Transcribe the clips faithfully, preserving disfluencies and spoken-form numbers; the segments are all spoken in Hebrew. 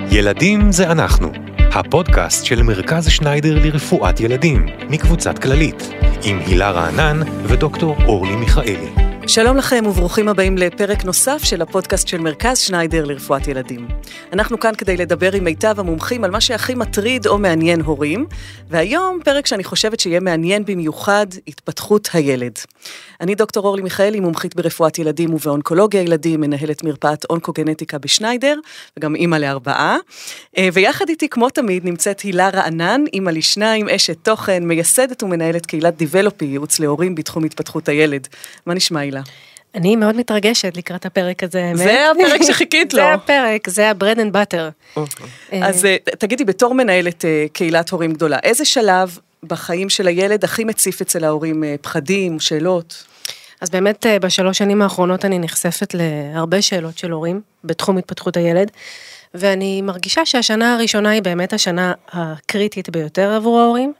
ילדים זה אנחנו, הפודקאסט של מרכז שניידר לרפואת ילדים, מקבוצת כללית, עם הילה רענן ודוקטור אורלי מיכאלי. שלום לכם וברוכים הבאים לפרק נוסף של הפודקאסט של מרכז שניידר לרפואת ילדים. אנחנו כאן כדי לדבר עם מיטב המומחים על מה שהכי מטריד או מעניין הורים, והיום פרק שאני חושבת שיהיה מעניין במיוחד, התפתחות הילד. אני דוקטור אורלי מיכאלי, מומחית ברפואת ילדים ובאונקולוגיה ילדים, מנהלת מרפאת אונקוגנטיקה בשניידר, וגם אימא לארבעה. ויחד איתי, כמו תמיד, נמצאת הילה רענן, אימא לשניים, אשת תוכן, מייסדת ומנהלת קהילת דיבלופי, ייעוץ להורים בתחום התפתחות הילד. מה נשמע, הילה? אני מאוד מתרגשת לקראת הפרק הזה. זה הפרק שחיכית לו. זה הפרק, זה ה-bread and butter. אז תגידי, בתור מנהלת קהילת הורים גדולה, איזה שלב בחיים של הילד הכי מציף אצל ההורים פחדים, שאלות? אז באמת בשלוש שנים האחרונות אני נחשפת להרבה שאלות של הורים בתחום התפתחות הילד, ואני מרגישה שהשנה הראשונה היא באמת השנה הקריטית ביותר עבור ההורים.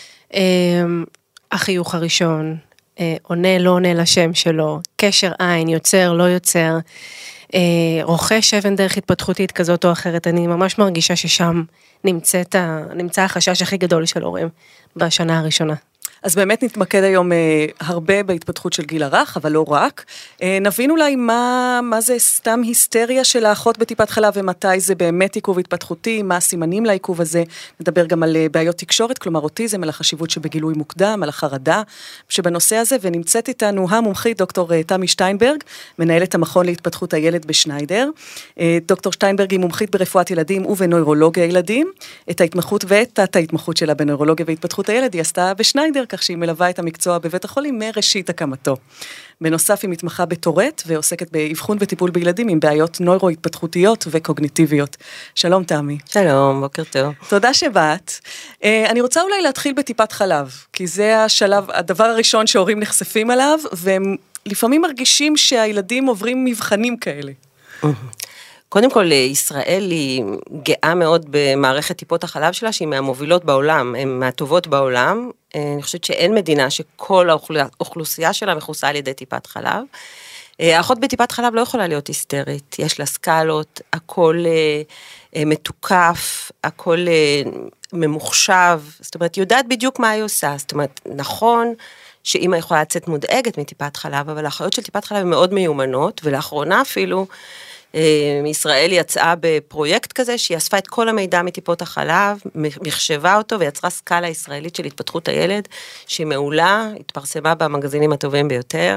החיוך הראשון, עונה לא עונה לשם שלו, קשר עין, יוצר לא יוצר, רוכש אבן דרך התפתחותית כזאת או אחרת, אני ממש מרגישה ששם נמצא, נמצא החשש הכי גדול של הורים בשנה הראשונה. אז באמת נתמקד היום אה, הרבה בהתפתחות של גיל הרך, אבל לא רק. אה, נבין אולי מה, מה זה סתם היסטריה של האחות בטיפת חלב, ומתי זה באמת עיכוב התפתחותי, מה הסימנים לעיכוב הזה. נדבר גם על בעיות תקשורת, כלומר אוטיזם, על החשיבות שבגילוי מוקדם, על החרדה שבנושא הזה, ונמצאת איתנו המומחית דוקטור תמי שטיינברג, מנהלת המכון להתפתחות הילד בשניידר. אה, דוקטור שטיינברג היא מומחית ברפואת ילדים ובנוירולוגיה ילדים. את ההתמחות ואת תת ההתמחות שלה בנוירולוגיה והתפתחות הילד, היא עשתה בשניידר, כך שהיא מלווה את המקצוע בבית החולים מראשית הקמתו. בנוסף היא מתמחה בטורט ועוסקת באבחון וטיפול בילדים עם בעיות נוירו-התפתחותיות וקוגניטיביות. שלום תמי. שלום, בוקר טוב. תודה שבאת. אני רוצה אולי להתחיל בטיפת חלב, כי זה השלב, הדבר הראשון שההורים נחשפים עליו, והם לפעמים מרגישים שהילדים עוברים מבחנים כאלה. קודם כל, ישראל היא גאה מאוד במערכת טיפות החלב שלה, שהיא מהמובילות בעולם, הן מהטובות בעולם. אני חושבת שאין מדינה שכל האוכלוסייה שלה מכוסה על ידי טיפת חלב. האחות בטיפת חלב לא יכולה להיות היסטרית, יש לה סקלות, הכל מתוקף, הכל ממוחשב, זאת אומרת, יודעת בדיוק מה היא עושה, זאת אומרת, נכון שאמא יכולה לצאת מודאגת מטיפת חלב, אבל האחיות של טיפת חלב הן מאוד מיומנות, ולאחרונה אפילו, ישראל יצאה בפרויקט כזה, שהיא אספה את כל המידע מטיפות החלב, מחשבה אותו, ויצרה סקאלה ישראלית של התפתחות הילד, שהיא מעולה, התפרסמה במגזינים הטובים ביותר,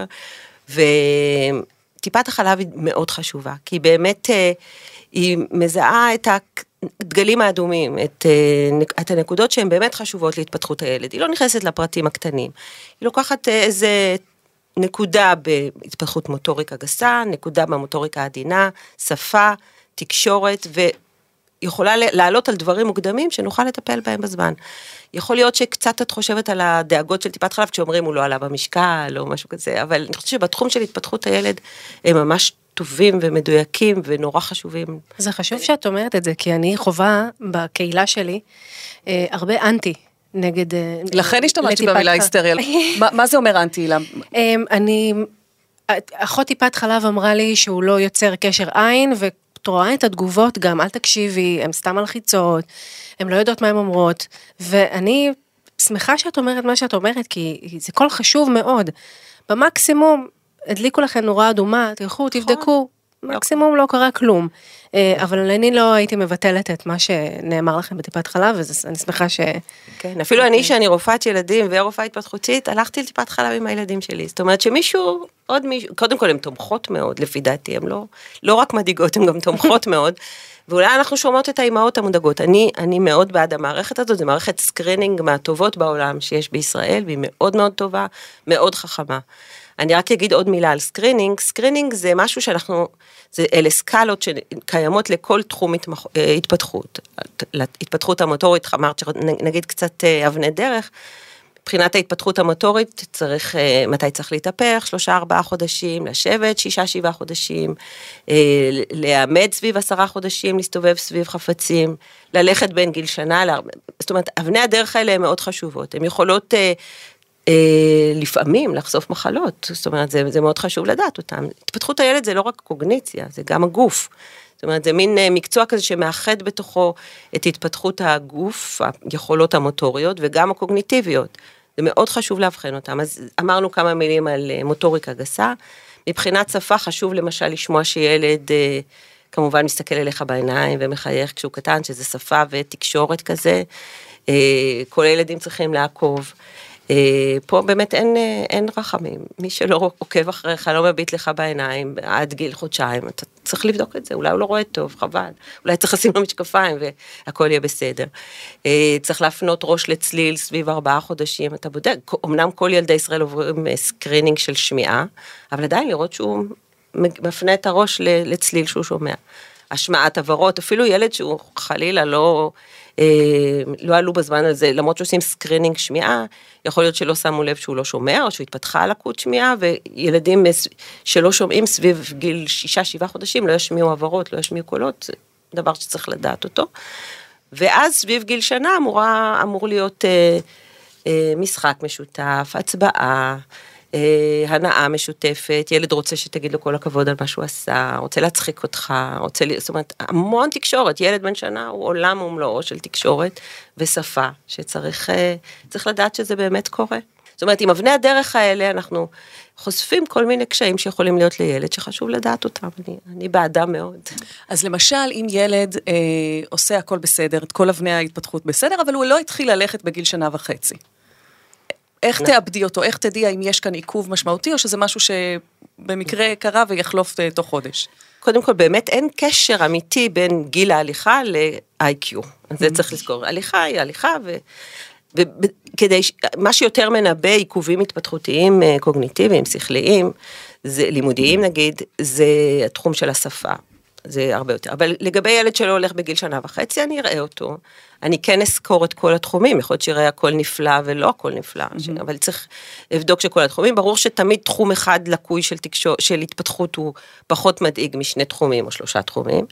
וטיפת החלב היא מאוד חשובה, כי באמת היא מזהה את הדגלים האדומים, את, את הנקודות שהן באמת חשובות להתפתחות הילד, היא לא נכנסת לפרטים הקטנים, היא לוקחת איזה נקודה בהתפתחות מוטוריקה גסה, נקודה במוטוריקה העדינה, שפה, תקשורת, ויכולה לעלות על דברים מוקדמים שנוכל לטפל בהם בזמן. יכול להיות שקצת את חושבת על הדאגות של טיפת חלב, כשאומרים הוא לא עלה במשקל או משהו כזה, אבל אני חושבת שבתחום של התפתחות הילד, הם ממש טובים ומדויקים ונורא חשובים. זה חשוב שאת אומרת את זה, כי אני חובה בקהילה שלי, הרבה אנטי, נגד... לכן השתמשתי במילה היסטריה. מה זה אומר אנטי, הילה? אני... אחות טיפת חלב אמרה לי שהוא לא יוצר קשר עין, ואת רואה את התגובות גם, אל תקשיבי, הן סתם מלחיצות, הן לא יודעות מה הן אומרות, ואני שמחה שאת אומרת מה שאת אומרת, כי זה כל חשוב מאוד. במקסימום, הדליקו לכם נורה אדומה, תלכו, תבדקו, מקסימום לא קרה כלום. אבל אני לא הייתי מבטלת את מה שנאמר לכם בטיפת חלב, ואני שמחה ש... כן, אפילו אני שאני רופאת ילדים ורופאה התפתחותית, הלכתי לטיפת חלב עם הילדים שלי. זאת אומרת שמישהו, עוד מישהו, קודם כל הן תומכות מאוד, לפי דעתי, הן לא, לא רק מדאיגות, הן גם תומכות מאוד, ואולי אנחנו שומעות את האימהות המודאגות. אני, אני מאוד בעד המערכת הזאת, זו מערכת סקרינינג מהטובות בעולם שיש בישראל, והיא מאוד מאוד טובה, מאוד חכמה. אני רק אגיד עוד מילה על סקרינינג, סקרינינג זה משהו שאנחנו, זה אלה סקלות שקיימות לכל תחום התפתחות, התפתחות המוטורית, אמרת שנגיד קצת אבני דרך, מבחינת ההתפתחות המוטורית צריך, מתי צריך להתהפך, שלושה ארבעה חודשים, לשבת שישה שבעה חודשים, לעמד סביב עשרה חודשים, להסתובב סביב חפצים, ללכת בין גיל שנה, זאת אומרת, אבני הדרך האלה הן מאוד חשובות, הן יכולות לפעמים לחשוף מחלות, זאת אומרת, זה, זה מאוד חשוב לדעת אותם. התפתחות הילד זה לא רק קוגניציה, זה גם הגוף. זאת אומרת, זה מין מקצוע כזה שמאחד בתוכו את התפתחות הגוף, היכולות המוטוריות וגם הקוגניטיביות. זה מאוד חשוב להבחן אותם. אז אמרנו כמה מילים על מוטוריקה גסה. מבחינת שפה חשוב למשל לשמוע שילד כמובן מסתכל אליך בעיניים ומחייך כשהוא קטן, שזה שפה ותקשורת כזה. כל הילדים צריכים לעקוב. פה באמת אין, אין רחמים, מי שלא עוקב אחריך, לא מביט לך בעיניים, עד גיל חודשיים, אתה צריך לבדוק את זה, אולי הוא לא רואה טוב, חבל, אולי צריך לשים לו משקפיים והכל יהיה בסדר. צריך להפנות ראש לצליל סביב ארבעה חודשים, אתה בודק, אמנם כל ילדי ישראל עוברים סקרינינג של שמיעה, אבל עדיין לראות שהוא מפנה את הראש לצליל שהוא שומע. השמעת עברות, אפילו ילד שהוא חלילה לא... לא עלו בזמן הזה, למרות שעושים סקרינינג שמיעה, יכול להיות שלא שמו לב שהוא לא שומע, או שהוא התפתחה על לקות שמיעה, וילדים שלא שומעים סביב גיל שישה, שבעה חודשים, לא ישמיעו עברות, לא ישמיעו קולות, זה דבר שצריך לדעת אותו. ואז סביב גיל שנה אמורה, אמור להיות אה, אה, משחק משותף, הצבעה, אה, הנאה משותפת, ילד רוצה שתגיד לו כל הכבוד על מה שהוא עשה, רוצה להצחיק אותך, רוצה, זאת אומרת, המון תקשורת, ילד בן שנה הוא עולם ומלואו של תקשורת ושפה, שצריך אה, צריך לדעת שזה באמת קורה. זאת אומרת, עם אבני הדרך האלה אנחנו חושפים כל מיני קשיים שיכולים להיות לילד, שחשוב לדעת אותם, אני, אני בעדה מאוד. אז למשל, אם ילד אה, עושה הכל בסדר, את כל אבני ההתפתחות בסדר, אבל הוא לא התחיל ללכת בגיל שנה וחצי. איך תאבדי אותו, איך תדעי אם יש כאן עיכוב משמעותי, או שזה משהו שבמקרה קרה ויחלוף תוך חודש? קודם כל, באמת אין קשר אמיתי בין גיל ההליכה ל-איי קיו. אז זה צריך לזכור. הליכה היא הליכה, וכדי, מה שיותר מנבא עיכובים התפתחותיים, קוגניטיביים, שכליים, זה, לימודיים נגיד, זה התחום של השפה. זה הרבה יותר. אבל לגבי ילד שלא הולך בגיל שנה וחצי, אני אראה אותו. אני כן אזכור את כל התחומים, יכול להיות שיראה הכל נפלא ולא הכל נפלא, mm-hmm. אבל צריך לבדוק שכל התחומים, ברור שתמיד תחום אחד לקוי של, תקשור, של התפתחות הוא פחות מדאיג משני תחומים או שלושה תחומים,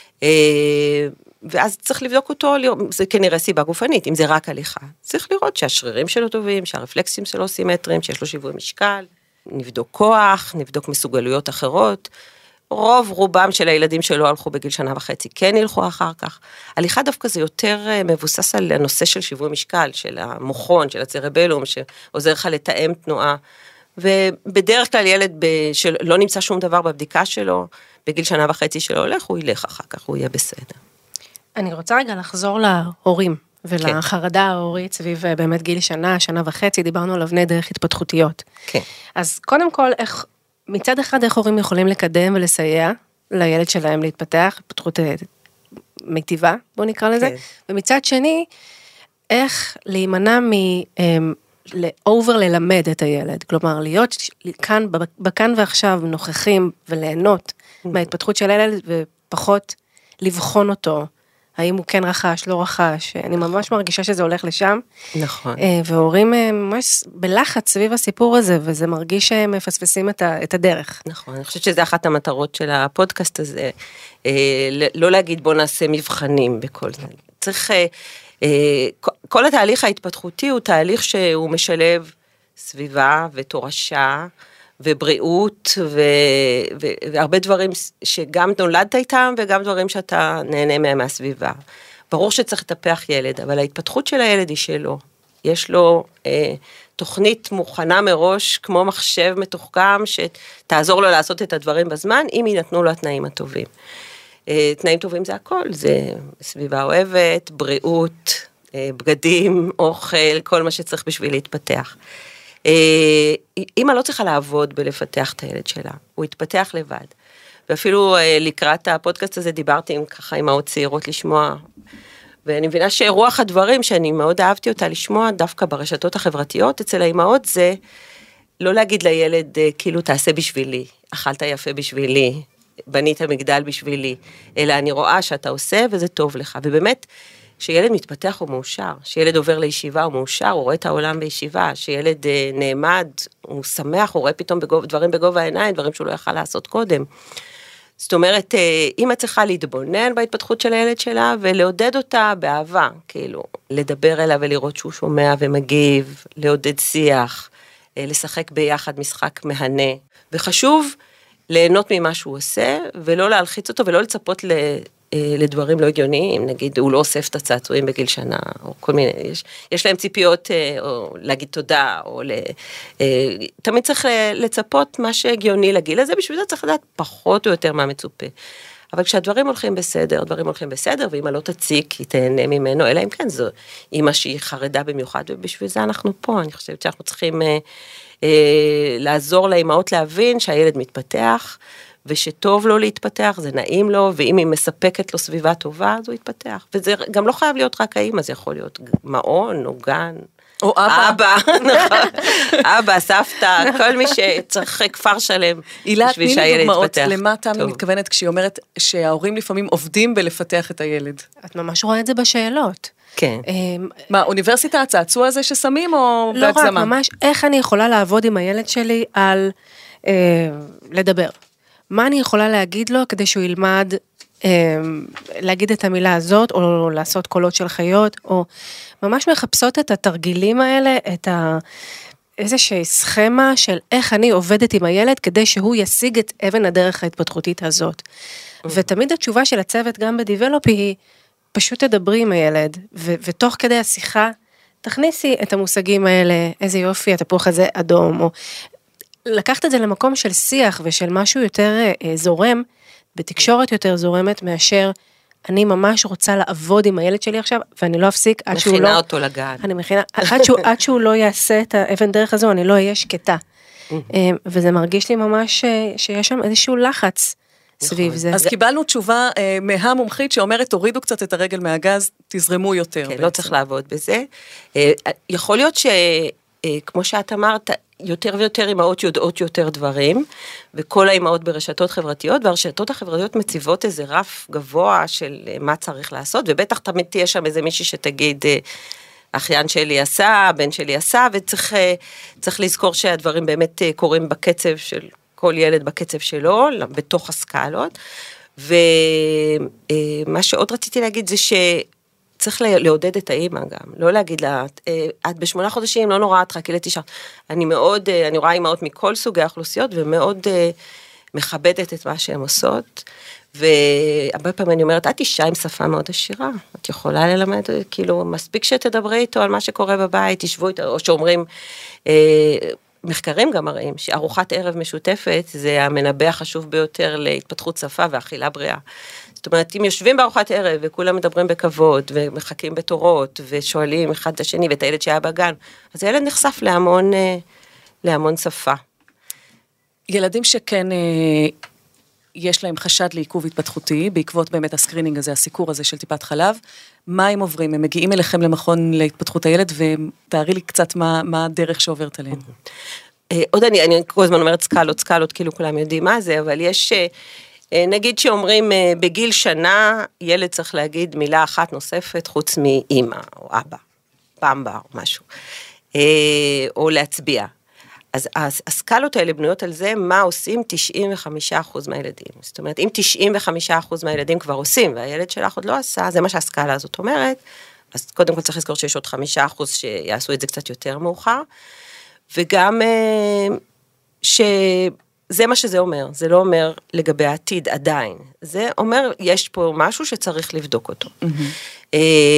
ואז צריך לבדוק אותו, זה כנראה סיבה גופנית, אם זה רק הליכה, צריך לראות שהשרירים שלו טובים, שהרפלקסים שלו סימטריים, שיש לו שיווי משקל, נבדוק כוח, נבדוק מסוגלויות אחרות, רוב רובם של הילדים שלא הלכו בגיל שנה וחצי, כן ילכו אחר כך. הליכה דווקא זה יותר מבוסס על הנושא של שיווי משקל, של המוחון, של הצרבלום, שעוזר לך לתאם תנועה, ובדרך כלל ילד שלא נמצא שום דבר בבדיקה שלו, בגיל שנה וחצי שלו הולך, הוא ילך אחר כך, הוא יהיה בסדר. אני רוצה רגע לחזור להורים, ולחרדה ההורית סביב באמת גיל שנה, שנה וחצי, דיברנו על אבני דרך התפתחותיות. כן. אז קודם כל, איך... מצד אחד, איך הורים יכולים לקדם ולסייע לילד שלהם להתפתח, התפתחות מיטיבה, בוא נקרא לזה, okay. ומצד שני, איך להימנע מ-over ללמד את הילד, כלומר, להיות כאן, בכאן ועכשיו, נוכחים וליהנות mm-hmm. מההתפתחות של הילד, ופחות לבחון אותו, האם הוא כן רכש, לא רכש, אני ממש מרגישה שזה הולך לשם. נכון. והורים ממש בלחץ סביב הסיפור הזה, וזה מרגיש שהם מפספסים את הדרך. נכון, אני חושבת שזה אחת המטרות של הפודקאסט הזה, לא להגיד בוא נעשה מבחנים בכל זה. צריך, כל התהליך ההתפתחותי הוא תהליך שהוא משלב סביבה ותורשה, ובריאות, ו... ו... והרבה דברים שגם נולדת איתם, וגם דברים שאתה נהנה מהם מהסביבה. ברור שצריך לטפח ילד, אבל ההתפתחות של הילד היא שלו. יש לו אה, תוכנית מוכנה מראש, כמו מחשב מתוחכם, שתעזור לו לעשות את הדברים בזמן, אם ינתנו לו התנאים הטובים. אה, תנאים טובים זה הכל, זה סביבה אוהבת, בריאות, אה, בגדים, אוכל, כל מה שצריך בשביל להתפתח. אמא לא צריכה לעבוד בלפתח את הילד שלה, הוא יתפתח לבד. ואפילו לקראת הפודקאסט הזה דיברתי עם ככה אמהות צעירות לשמוע, ואני מבינה שרוח הדברים שאני מאוד אהבתי אותה לשמוע דווקא ברשתות החברתיות, אצל האמהות זה לא להגיד לילד כאילו תעשה בשבילי, אכלת יפה בשבילי, בנית מגדל בשבילי, אלא אני רואה שאתה עושה וזה טוב לך, ובאמת שילד מתפתח הוא מאושר, שילד עובר לישיבה הוא מאושר, הוא רואה את העולם בישיבה, שילד נעמד, הוא שמח, הוא רואה פתאום בגוב, דברים בגובה העיניים, דברים שהוא לא יכל לעשות קודם. זאת אומרת, אמא צריכה להתבונן בהתפתחות של הילד שלה, ולעודד אותה באהבה, כאילו, לדבר אליו ולראות שהוא שומע ומגיב, לעודד שיח, לשחק ביחד משחק מהנה, וחשוב ליהנות ממה שהוא עושה, ולא להלחיץ אותו, ולא לצפות ל... לדברים לא הגיוניים, נגיד, הוא לא אוסף את הצעצועים בגיל שנה, או כל מיני, יש, יש להם ציפיות, או להגיד תודה, או ל, תמיד צריך לצפות מה שהגיוני לגיל הזה, בשביל זה צריך לדעת פחות או יותר מה מצופה. אבל כשהדברים הולכים בסדר, הדברים הולכים בסדר, ואמא לא תציק, היא תהנה ממנו, אלא אם כן, זו אמא שהיא חרדה במיוחד, ובשביל זה אנחנו פה, אני חושבת שאנחנו צריכים אה, אה, לעזור לאמהות להבין שהילד מתפתח, ושטוב לו להתפתח, זה נעים לו, ואם היא מספקת לו סביבה טובה, אז הוא יתפתח. וזה גם לא חייב להיות רק האמא, זה יכול להיות מעון, או גן. או אבא. אבא, נכון. אבא, סבתא, כל מי שצריך כפר שלם, הילה, תני לי דוגמאות, למה תמי מתכוונת כשהיא אומרת שההורים לפעמים עובדים בלפתח את הילד? את ממש רואה את זה בשאלות. כן. מה, אוניברסיטה, הצעצוע הזה ששמים, או בהגזמה? לא רק, ממש, איך אני יכולה לעבוד עם הילד שלי על לדבר? מה אני יכולה להגיד לו כדי שהוא ילמד להגיד את המילה הזאת, או לעשות קולות של חיות, או ממש מחפשות את התרגילים האלה, את ה... איזושהי סכמה של איך אני עובדת עם הילד, כדי שהוא ישיג את אבן הדרך ההתפתחותית הזאת. ותמיד התשובה של הצוות גם בדיבלופ היא, פשוט תדברי עם הילד, ו- ותוך כדי השיחה, תכניסי את המושגים האלה, איזה יופי, התפוח הזה אדום, או לקחת את זה למקום של שיח, ושל משהו יותר אה, זורם, בתקשורת יותר זורמת, מאשר אני ממש רוצה לעבוד עם הילד שלי עכשיו, ואני לא אפסיק עד שהוא לא... מכינה אותו לגן. אני מכינה, עד שהוא, עד שהוא לא יעשה את האבן דרך הזו, אני לא אהיה שקטה. וזה מרגיש לי ממש שיש שם איזשהו לחץ סביב זה. אז קיבלנו תשובה מהמומחית שאומרת, תורידו קצת את הרגל מהגז, תזרמו יותר. כן, לא צריך לעבוד בזה. יכול להיות ש... כמו שאת אמרת, יותר ויותר אמהות יודעות יותר דברים, וכל האמהות ברשתות חברתיות, והרשתות החברתיות מציבות איזה רף גבוה של מה צריך לעשות, ובטח תמיד תהיה שם איזה מישהי שתגיד, אחיין שלי עשה, הבן שלי עשה, וצריך צריך לזכור שהדברים באמת קורים בקצב של כל ילד בקצב שלו, בתוך הסקלות, ומה שעוד רציתי להגיד זה ש... צריך לעודד את האמא גם, לא להגיד לה, את בשמונה חודשים לא נורא, את חכי לתשעה. אני מאוד, אני רואה אמהות מכל סוגי האוכלוסיות, ומאוד מכבדת את מה שהן עושות, והרבה פעמים אני אומרת, את אישה עם שפה מאוד עשירה, את יכולה ללמד, כאילו, מספיק שתדברי איתו על מה שקורה בבית, תשבו איתו, או שאומרים, מחקרים גם מראים, שארוחת ערב משותפת, זה המנבא החשוב ביותר להתפתחות שפה ואכילה בריאה. זאת אומרת, אם יושבים בארוחת ערב, וכולם מדברים בכבוד, ומחכים בתורות, ושואלים אחד את השני, ואת הילד שהיה בגן, אז הילד נחשף להמון, להמון שפה. ילדים שכן, יש להם חשד לעיכוב התפתחותי, בעקבות באמת הסקרינינג הזה, הסיקור הזה של טיפת חלב, מה הם עוברים? הם מגיעים אליכם למכון להתפתחות הילד, ותארי לי קצת מה, מה הדרך שעוברת עליהם. עוד אני, אני כל הזמן אומרת סקלות, סקלות, כאילו כולם יודעים מה זה, אבל יש... נגיד שאומרים בגיל שנה, ילד צריך להגיד מילה אחת נוספת, חוץ מאמא או אבא, במבה או משהו, או להצביע. אז הסקלות האלה בנויות על זה, מה עושים תשעים וחמישה אחוז מהילדים. זאת אומרת, אם תשעים וחמישה אחוז מהילדים כבר עושים, והילד שלך עוד לא עשה, זה מה שהסקלה הזאת אומרת, אז קודם כל צריך לזכור שיש עוד חמישה אחוז שיעשו את זה קצת יותר מאוחר, וגם ש... זה מה שזה אומר, זה לא אומר לגבי העתיד עדיין, זה אומר, יש פה משהו שצריך לבדוק אותו. Mm-hmm.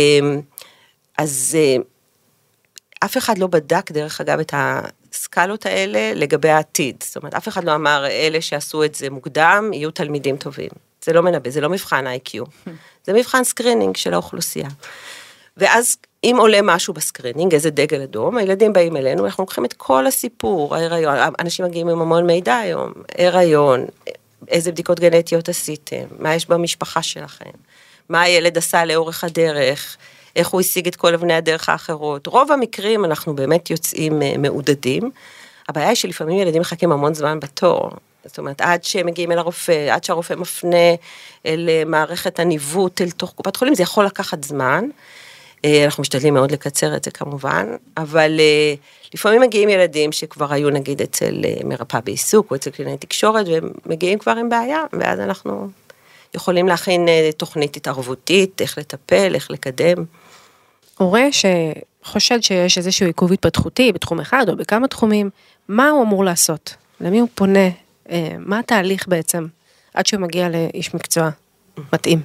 אז אף אחד לא בדק דרך אגב את הסקלות האלה לגבי העתיד, זאת אומרת, אף אחד לא אמר, אלה שעשו את זה מוקדם, יהיו תלמידים טובים. זה לא מנבא, זה לא מבחן איי קיו, זה מבחן סקרינינג של האוכלוסייה. ואז אם עולה משהו בסקרינינג, איזה דגל אדום, הילדים באים אלינו, אנחנו לוקחים את כל הסיפור, ההיריון, אנשים מגיעים עם המון מידע היום, הריון, איזה בדיקות גנטיות עשיתם, מה יש במשפחה שלכם, מה הילד עשה לאורך הדרך, איך הוא השיג את כל אבני הדרך האחרות. רוב המקרים אנחנו באמת יוצאים מעודדים, הבעיה היא שלפעמים ילדים מחכים המון זמן בתור, זאת אומרת, עד שהם מגיעים אל הרופא, עד שהרופא מפנה אל מערכת הניווט, אל תוך קופת חולים, זה יכול לקחת זמן, אנחנו משתדלים מאוד לקצר את זה כמובן, אבל לפעמים מגיעים ילדים שכבר היו נגיד אצל מרפאה בעיסוק, או אצל קלינאי תקשורת, והם מגיעים כבר עם בעיה, ואז אנחנו יכולים להכין תוכנית התערבותית, איך לטפל, איך לקדם. הורה שחושד שיש איזשהו עיכוב התפתחותי בתחום אחד או בכמה תחומים, מה הוא אמור לעשות? למי הוא פונה? מה התהליך בעצם, עד שהוא מגיע לאיש מקצוע מתאים?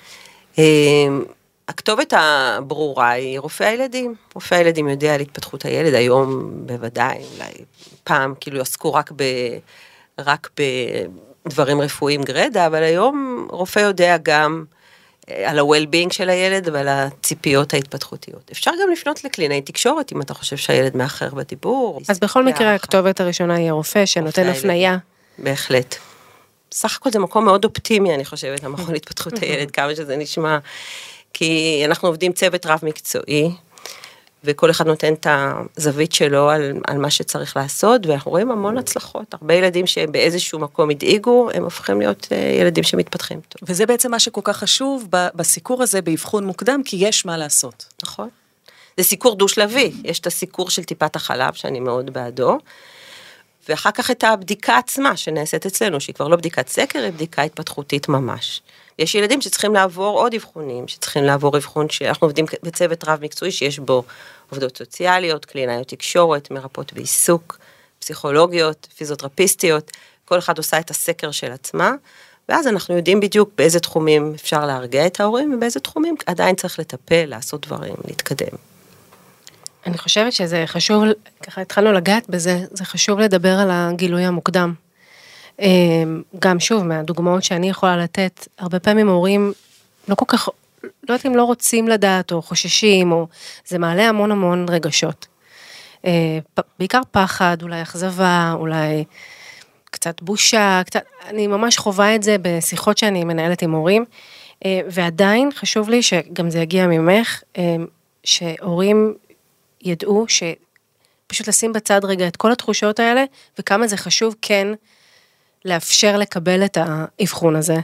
הכתובת הברורה היא רופא הילדים. רופא הילדים יודע על התפתחות הילד, היום בוודאי, אולי פעם כאילו עסקו רק ב... רק בדברים רפואיים גרדה, אבל היום רופא יודע גם על ה-well-being של הילד ועל הציפיות ההתפתחותיות. אפשר גם לפנות לקלינאי תקשורת, אם אתה חושב שהילד מאחר בדיבור. אז בכל מקרה הכתובת הראשונה היא הרופא, שנותן הפנייה. בהחלט. סך הכל זה מקום מאוד אופטימי, אני חושבת, המכון להתפתחות הילד, כמה שזה נשמע, כי אנחנו עובדים צוות רב מקצועי, וכל אחד נותן את הזווית שלו על, על מה שצריך לעשות, ואנחנו רואים המון הצלחות. הרבה ילדים שבאיזשהו מקום הדאיגו, הם הופכים להיות ילדים שמתפתחים טוב. וזה בעצם מה שכל כך חשוב בסיקור הזה, באבחון מוקדם, כי יש מה לעשות. נכון. זה סיקור דו-שלבי. יש את הסיקור של טיפת החלב, שאני מאוד בעדו, ואחר כך את הבדיקה עצמה שנעשית אצלנו, שהיא כבר לא בדיקת סקר, היא בדיקה התפתחותית ממש. יש ילדים שצריכים לעבור עוד אבחונים, שצריכים לעבור אבחון שאנחנו עובדים בצוות רב מקצועי, שיש בו עובדות סוציאליות, קלינאיות תקשורת, מרפאות בעיסוק, פסיכולוגיות, פיזיותרפיסטיות, כל אחד עושה את הסקר של עצמה, ואז אנחנו יודעים בדיוק באיזה תחומים אפשר להרגיע את ההורים, ובאיזה תחומים עדיין צריך לטפל, לעשות דברים, להתקדם. אני חושבת שזה חשוב, ככה התחלנו לגעת בזה, זה חשוב לדבר על הגילוי המוקדם. גם שוב, מהדוגמאות שאני יכולה לתת, הרבה פעמים הורים לא כל כך, לא יודעת אם לא רוצים לדעת, או חוששים, או זה מעלה המון המון רגשות. בעיקר פחד, אולי אכזבה, אולי קצת בושה, קצת, אני ממש חווה את זה בשיחות שאני מנהלת עם הורים, ועדיין חשוב לי שגם זה יגיע ממך, שהורים ידעו שפשוט לשים בצד רגע את כל התחושות האלה, וכמה זה חשוב כן לאפשר לקבל את האבחון הזה.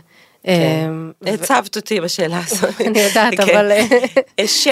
הצבת אותי בשאלה הזאת. אני יודעת, אבל... יש...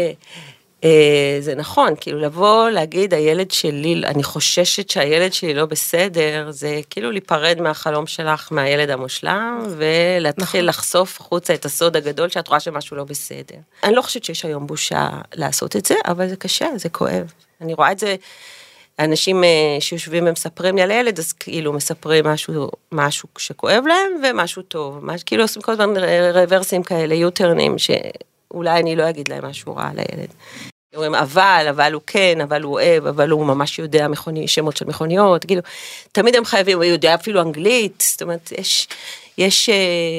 זה נכון, כאילו לבוא, להגיד, הילד שלי, אני חוששת שהילד שלי לא בסדר, זה כאילו להיפרד מהחלום שלך, מהילד המושלם, ולהתחיל לחשוף חוצה את הסוד הגדול, שאת רואה שמשהו לא בסדר. אני לא חושבת שיש היום בושה לעשות את זה, אבל זה קשה, זה כואב. אני רואה את זה, אנשים שיושבים ומספרים לי על הילד, אז כאילו מספרים משהו, משהו שכואב להם, ומשהו טוב. מה, כאילו עושים כל הזמן רוורסים כאלה, יוטרנים, שאולי אני לא אגיד להם משהו רע על הילד. אומרים, אבל, אבל הוא כן, אבל הוא אוהב, אבל הוא ממש יודע מכוני, שמות של מכוניות, כאילו, תמיד הם חייבים, הוא יודע אפילו אנגלית, זאת אומרת, יש, יש,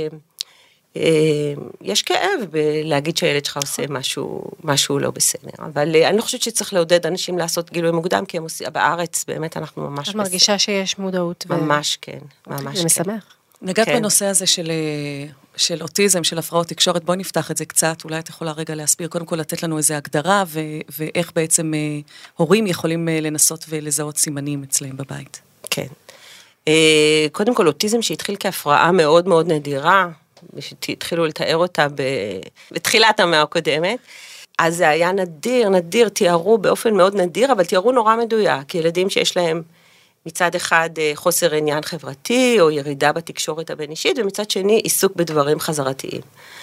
יש כאב בלהגיד שהילד שלך עושה משהו, משהו לא בסדר, אבל אני לא חושבת שצריך לעודד אנשים לעשות גילוי מוקדם, כי הם עושים, בארץ באמת אנחנו ממש בסדר. את מרגישה שיש מודעות. ממש כן, ממש כן. זה משמח. נגעת בנושא הזה של, של אוטיזם, של הפרעות תקשורת, בואי נפתח את זה קצת, אולי את יכולה רגע להסביר, קודם כל לתת לנו איזו הגדרה, ו, ואיך בעצם הורים יכולים לנסות ולזהות סימנים אצלהם בבית. כן. קודם כל, אוטיזם שהתחיל כהפרעה מאוד מאוד נדירה, שהתחילו לתאר אותה בתחילת המאה הקודמת, אז זה היה נדיר, נדיר, תיארו באופן מאוד נדיר, אבל תיארו נורא מדויק, ילדים שיש להם מצד אחד חוסר עניין חברתי, או ירידה בתקשורת הבין-אישית, ומצד שני עיסוק בדברים חזרתיים.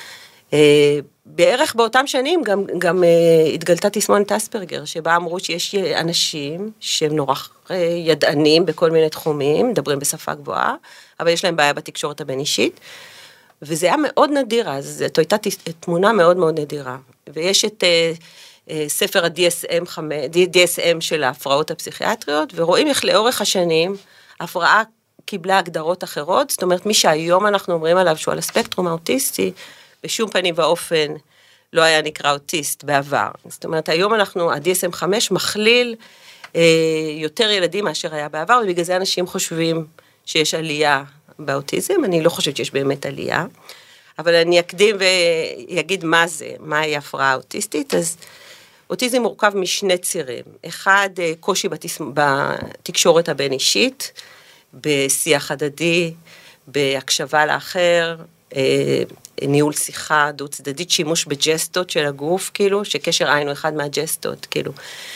בערך באותם שנים גם, גם התגלתה תסמונת אספרגר, שבה אמרו שיש אנשים שהם נורא ידענים בכל מיני תחומים, מדברים בשפה גבוהה, אבל יש להם בעיה בתקשורת הבין-אישית, וזה היה מאוד נדיר, אז זאת הייתה תמונה מאוד מאוד נדירה. ויש את ספר ה-די אס אם של ההפרעות הפסיכיאטריות, ורואים איך לאורך השנים, ההפרעה קיבלה הגדרות אחרות, זאת אומרת, מי שהיום אנחנו אומרים עליו שהוא על הספקטרום האוטיסטי, בשום פנים ואופן לא היה נקרא אוטיסט בעבר. זאת אומרת, היום אנחנו, ה-די אס אם חמש מכליל אה, יותר ילדים מאשר היה בעבר, ובגלל זה אנשים חושבים שיש עלייה באוטיזם, אני לא חושבת שיש באמת עלייה, אבל אני אקדים ויגיד מה זה, מהי הפרעה אוטיסטית, אז אוטיזם מורכב משני צירים, אחד קושי בתס... בתקשורת הבין-אישית, בשיח הדדי, בהקשבה לאחר, ניהול שיחה דו צדדית, שימוש בג'סטות של הגוף, כאילו, שקשר עין הוא אחד מהג'סטות, כאילו,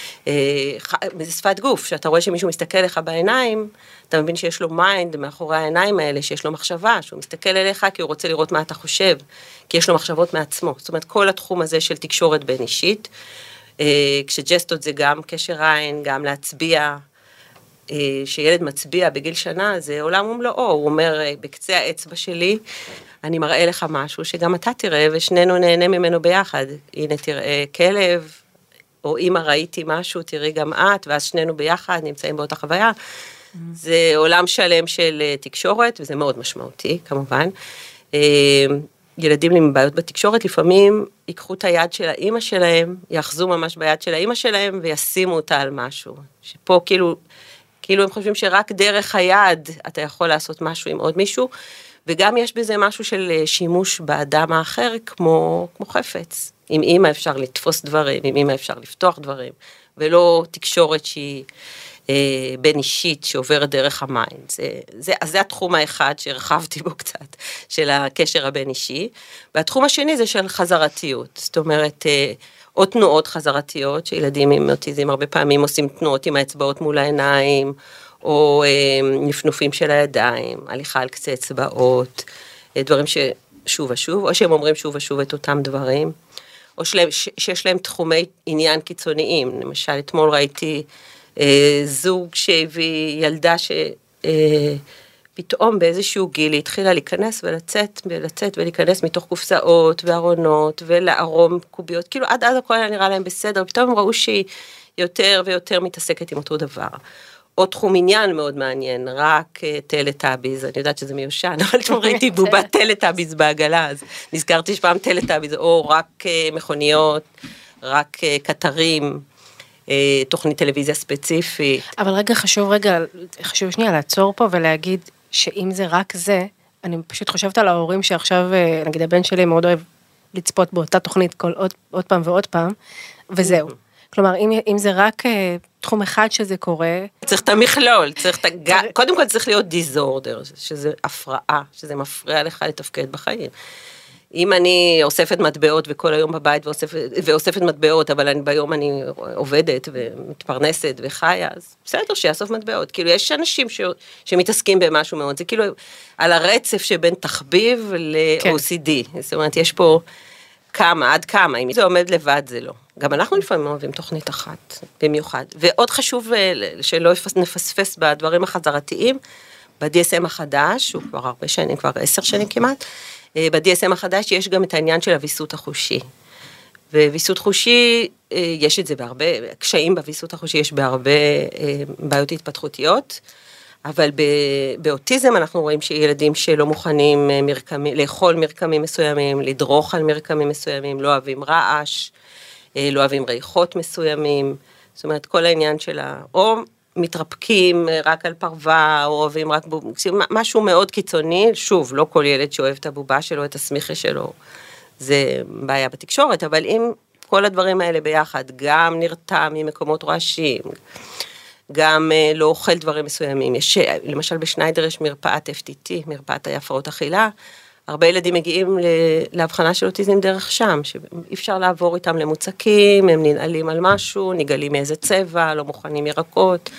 בשפת גוף, שאתה רואה שמישהו מסתכל לך בעיניים, אתה מבין שיש לו מיינד מאחורי העיניים האלה, שיש לו מחשבה, שהוא מסתכל אליך כי הוא רוצה לראות מה אתה חושב, כי יש לו מחשבות מעצמו, זאת אומרת, כל התחום הזה של תקשורת בין אישית, כשג'סטות זה גם קשר עין, גם להצביע, שילד מצביע בגיל שנה, זה עולם ומלואו, הוא אומר, בקצה האצבע שלי, אני מראה לך משהו שגם אתה תראה, ושנינו נהנה ממנו ביחד. הנה תראה כלב, או אמא ראיתי משהו, תראי גם את, ואז שנינו ביחד נמצאים באותה חוויה. זה עולם שלם של תקשורת, וזה מאוד משמעותי, כמובן. ילדים עם בעיות בתקשורת, לפעמים ייקחו את היד של האמא שלהם, יאחזו ממש ביד של האמא שלהם, וישימו אותה על משהו. שפה כאילו, כאילו הם חושבים שרק דרך היד אתה יכול לעשות משהו עם עוד מישהו, וגם יש בזה משהו של שימוש באדם האחר, כמו, כמו חפץ. עם אמא אפשר לתפוס דברים, עם אמא אפשר לפתוח דברים, ולא תקשורת שהיא אה, בין אישית שעוברת דרך המיינד. זה, זה, אז זה התחום האחד שהרחבתי בו קצת, של הקשר הבין אישי. והתחום השני זה של חזרתיות, זאת אומרת, אה, או תנועות חזרתיות, שילדים עם אוטיזם הרבה פעמים עושים תנועות עם האצבעות מול העיניים, או אה, נפנופים של הידיים, הליכה על קצה אצבעות, אה, דברים ששוב ושוב, או שהם אומרים שוב ושוב את אותם דברים, או שלהם, שיש להם תחומי עניין קיצוניים. למשל, אתמול ראיתי אה, זוג שהביא ילדה שפתאום אה, באיזשהו גיל התחילה להיכנס ולצאת, ולצאת ולהיכנס מתוך קופסאות וארונות ולערום קוביות, כאילו עד עד הכל היה נראה להם בסדר, פתאום הם ראו שהיא יותר ויותר מתעסקת עם אותו דבר. או תחום עניין מאוד מעניין, רק טלטאביז, אני יודעת שזה מיושן, אבל אתמול ראיתי בובת טלטאביז בעגלה, אז נזכרתי שפעם טלטאביז, או רק מכוניות, רק קטרים, תוכנית טלוויזיה ספציפית. אבל רגע חשוב, רגע, חשוב שנייה לעצור פה ולהגיד שאם זה רק זה, אני פשוט חושבת על ההורים שעכשיו, נגיד הבן שלי מאוד אוהב לצפות באותה תוכנית כל עוד, עוד פעם ועוד פעם, וזהו. כלומר, אם, אם זה רק תחום אחד שזה קורה... צריך את המכלול, צריך את הג... קודם כל צריך להיות דיזורדר, שזה הפרעה, שזה מפריע לך לתפקד בחיים. אם אני אוספת מטבעות וכל היום בבית ואוספת, ואוספת מטבעות, אבל אני, ביום אני עובדת ומתפרנסת וחיה, אז בסדר שיאסוף מטבעות. כאילו, יש אנשים ש... שמתעסקים במשהו מאוד, זה כאילו על הרצף שבין תחביב ל-או סי די. כן. זאת אומרת, יש פה כמה, עד כמה, אם זה עומד לבד זה לא. גם אנחנו לפעמים אוהבים תוכנית אחת, במיוחד. ועוד חשוב שלא נפספס בדברים החזרתיים, ב-די אס אם החדש, הוא כבר הרבה שנים, כבר עשר שנים כמעט, ב-די אס אם החדש יש גם את העניין של הוויסות החושי. וויסות חושי, יש את זה בהרבה, קשיים בוויסות החושי יש בהרבה בעיות התפתחותיות, אבל באוטיזם אנחנו רואים שילדים שלא מוכנים מרקמים, לאכול מרקמים מסוימים, לדרוך על מרקמים מסוימים, לא אוהבים רעש, לא אוהבים ריחות מסוימים, זאת אומרת, כל העניין שלה, או מתרפקים רק על פרווה, או אוהבים רק בובה, משהו מאוד קיצוני, שוב, לא כל ילד שאוהב את הבובה שלו, את הסמיכה שלו, זה בעיה בתקשורת, אבל אם כל הדברים האלה ביחד, גם נרתע ממקומות רועשים, גם לא אוכל דברים מסוימים, יש, למשל בשניידר יש מרפאת אף טי טי, מרפאת הפרעות אכילה, הרבה ילדים מגיעים להבחנה של אוטיזם דרך שם, שאי אפשר לעבור איתם למוצקים, הם ננעלים על משהו, נגלים מאיזה צבע, לא מוכנים ירקות.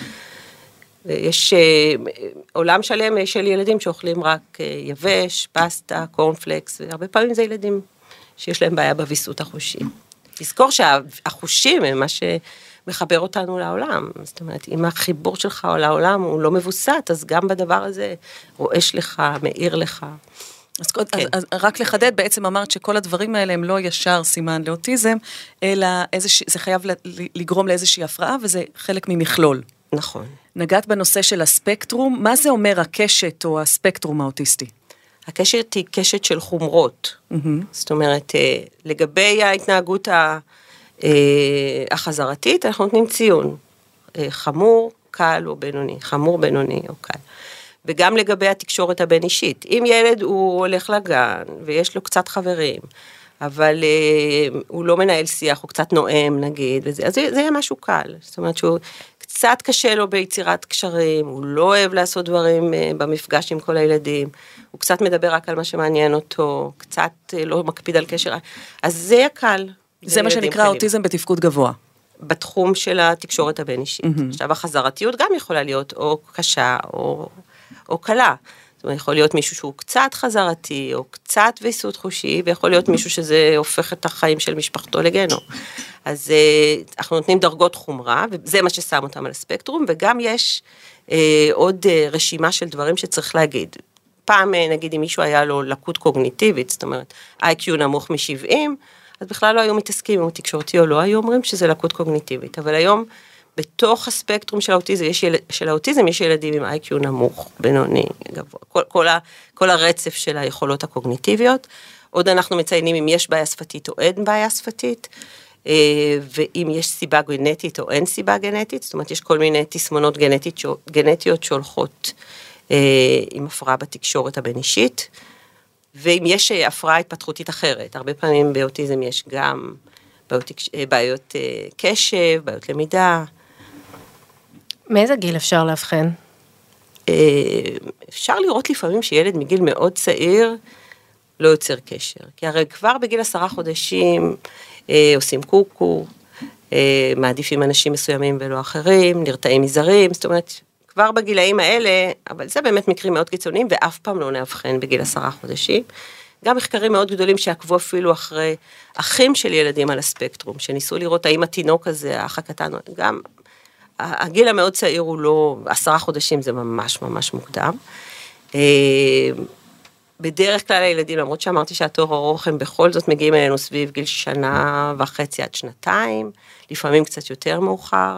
יש עולם שלם של ילדים שאוכלים רק יבש, פסטה, קורנפלקס, והרבה פעמים זה ילדים שיש להם בעיה בוויסות החושי. תזכור שהחושים הם מה שמחבר אותנו לעולם. זאת אומרת, אם החיבור שלך לעולם הוא לא מבוסת, אז גם בדבר הזה רועש לך, מאיר לך. אז, כן. אז, אז רק לחדד, בעצם אמרת שכל הדברים האלה הם לא ישר סימן לאוטיזם, אלא איזוש, זה חייב לגרום לאיזושהי הפרעה, וזה חלק ממכלול. נכון. נגעת בנושא של הספקטרום, מה זה אומר הקשת או הספקטרום האוטיסטי? הקשת היא קשת של חומרות, mm-hmm. זאת אומרת, לגבי ההתנהגות החזרתית, אנחנו נותנים ציון, חמור, קל או בינוני, חמור, בינוני או קל. וגם לגבי התקשורת הבין אישית. אם ילד הוא הולך לגן, ויש לו קצת חברים, אבל אה, הוא לא מנהל שיח, הוא קצת נואם נגיד, וזה, אז זה, זה יהיה משהו קל. זאת אומרת שהוא קצת קשה לו ביצירת קשרים, הוא לא אוהב לעשות דברים אה, במפגש עם כל הילדים, הוא קצת מדבר רק על מה שמעניין אותו, קצת אה, לא מקפיד על קשר, אז זה יהיה קל. זה מה שנקרא אוטיזם בתפקוד גבוה. בתחום של התקשורת הבין אישית. Mm-hmm. עכשיו החזרתיות גם יכולה להיות או קשה או... או קלה. זאת אומרת, יכול להיות מישהו שהוא קצת חזרתי, או קצת ויסות חושי, ויכול להיות מישהו שזה הופך את החיים של משפחתו לגנו. אז אנחנו נותנים דרגות חומרה, וזה מה ששם אותם על הספקטרום, וגם יש עוד רשימה של דברים שצריך להגיד. פעם, נגיד, אם מישהו היה לו לקות קוגניטיבית, זאת אומרת, איי קיו נמוך מ-שבעים, אז בכלל לא היו מתעסקים אם הוא תקשורתי או לא, היו אומרים שזה לקות קוגניטיבית, אבל היום, בתוך הספקטרום של האוטיזם, יש, יל... של האוטיזם יש ילדים עם איי קיו נמוך, בינוני, גבוה, כל, כל, ה... כל הרצף של היכולות הקוגניטיביות, עוד אנחנו מציינים אם יש בעיה שפתית או אין בעיה שפתית, ואם יש סיבה גנטית או אין סיבה גנטית, זאת אומרת, יש כל מיני תסמונות גנטית, גנטיות שהולכות עם הפרעה בתקשורת הבין-אישית, ואם יש הפרעה התפתחותית אחרת, הרבה פעמים באוטיזם יש גם בעיות, בעיות קשב, בעיות למידה. מאיזה גיל אפשר להבחן? אפשר לראות לפעמים שילד מגיל מאוד צעיר לא יוצר קשר, כי הרי כבר בגיל עשרה חודשים עושים קוקו, מעדיפים אנשים מסוימים ולא אחרים, נרתעים מזרים, זאת אומרת, כבר בגילאים האלה, אבל זה באמת מקרים מאוד קיצוניים, ואף פעם לא נאבחן בגיל עשרה חודשים. גם מחקרים מאוד גדולים שעקבו אפילו אחרי אחים של ילדים על הספקטרום, שניסו לראות האם התינוק הזה, האח הקטן, גם הגיל המאוד צעיר הוא לא, עשרה חודשים זה ממש ממש מוקדם. בדרך כלל הילדים, למרות שאמרתי שהתור ארוך, הם בכל זאת מגיעים אלינו סביב גיל שנה וחצי עד שנתיים, לפעמים קצת יותר מאוחר,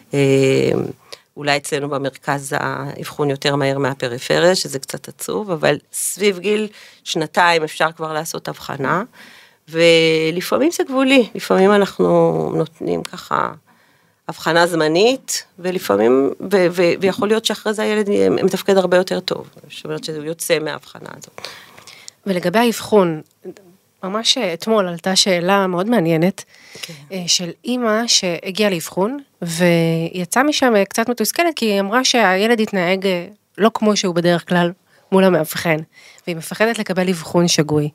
אולי אצלנו במרכז האבחון יותר מהר מהפריפריה, שזה קצת עצוב, אבל סביב גיל שנתיים אפשר כבר לעשות הבחנה, ולפעמים זה גבולי, לפעמים אנחנו נותנים ככה הבחנה זמנית, ולפעמים, ו- ו- ויכול להיות שאחרי זה הילד מתפקד הרבה יותר טוב, זאת אומרת שהוא יוצא מההבחנה הזאת. ולגבי האבחון, ממש אתמול עלתה שאלה מאוד מעניינת, okay. של אימא שהגיעה לאבחון, ויצאה משם קצת מתוסכלת, כי היא אמרה שהילד התנהג לא כמו שהוא בדרך כלל מול המאבחן, והיא מפחדת לקבל אבחון שגוי.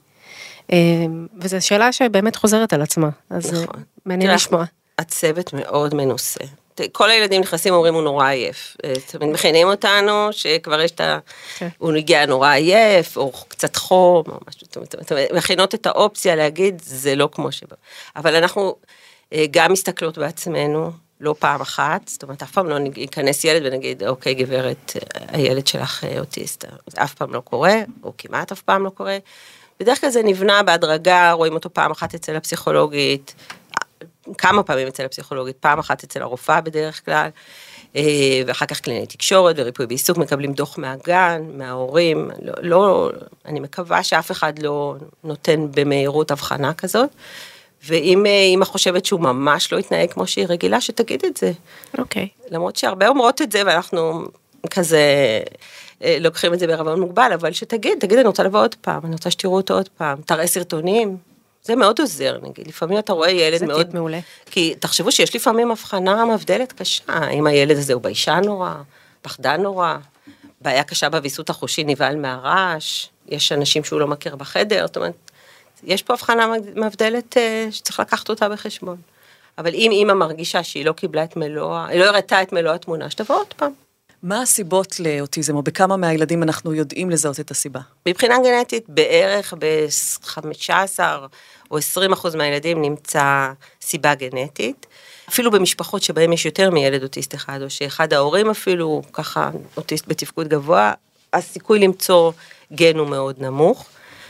וזו שאלה שבאמת חוזרת על עצמה, אז נכון. מעניין לשמוע. הצוות מאוד מנוסה. כל הילדים נכנסים אומרים הוא נורא עייף. מכינים אותנו שכבר יש את ה... הוא נגיע נורא עייף, או קצת חום, או משהו. מכינות את האופציה להגיד, זה לא כמו שבא. אבל אנחנו גם מסתכלות בעצמנו, לא פעם אחת, זאת אומרת, אף פעם לא ייכנס ילד ונגיד, אוקיי, גברת, הילד שלך אוטיסט. אף פעם לא קורה, או כמעט אף פעם לא קורה. בדרך כלל זה נבנה בהדרגה, רואים אותו פעם אחת אצל הפסיכולוגית, כמה פעמים אצל הפסיכולוגית, פעם אחת אצל הרופאה בדרך כלל, ואחר כך קלינאי תקשורת וריפוי בעיסוק, מקבלים דוח מהגן, מההורים, לא, לא, אני מקווה שאף אחד לא נותן במהירות הבחנה כזאת, ואם אמא חושבת שהוא ממש לא יתנהג כמו שהיא רגילה, שתגיד את זה. אוקיי. Okay. למרות שהרבה אומרות את זה, ואנחנו כזה לוקחים את זה בערבון מוגבל, אבל שתגיד, תגיד, אני רוצה לבוא עוד פעם, אני רוצה שתראו אותו עוד פעם, תראה סרטונים, זה מאוד עוזר, נגיד, לפעמים אתה רואה ילד מאוד... זה טיפ מעולה. כי תחשבו שיש לפעמים הבחנה מבדלת קשה, אם הילד הזה הוא ביישן נורא, פחדן נורא, בעיה קשה בוויסות החושי נבהל מהרעש, יש אנשים שהוא לא מכיר בחדר, זאת אומרת, יש פה הבחנה מבדלת שצריך לקחת אותה בחשבון. אבל אם אמא מרגישה שהיא לא קיבלה את מלוא, היא לא הראתה את מלוא התמונה, שתבוא עוד פעם. מה הסיבות לאוטיזם, או בכמה מהילדים אנחנו יודעים לזהות את הסיבה? מבחינה גנטית, בערך ב-חמישה עשר או עשרים אחוז מהילדים נמצא סיבה גנטית, אפילו במשפחות שבהם יש יותר מילד אוטיסט אחד, או שאחד ההורים אפילו ככה אוטיסט בתפקוד גבוה, הסיכוי למצוא גן הוא מאוד נמוך.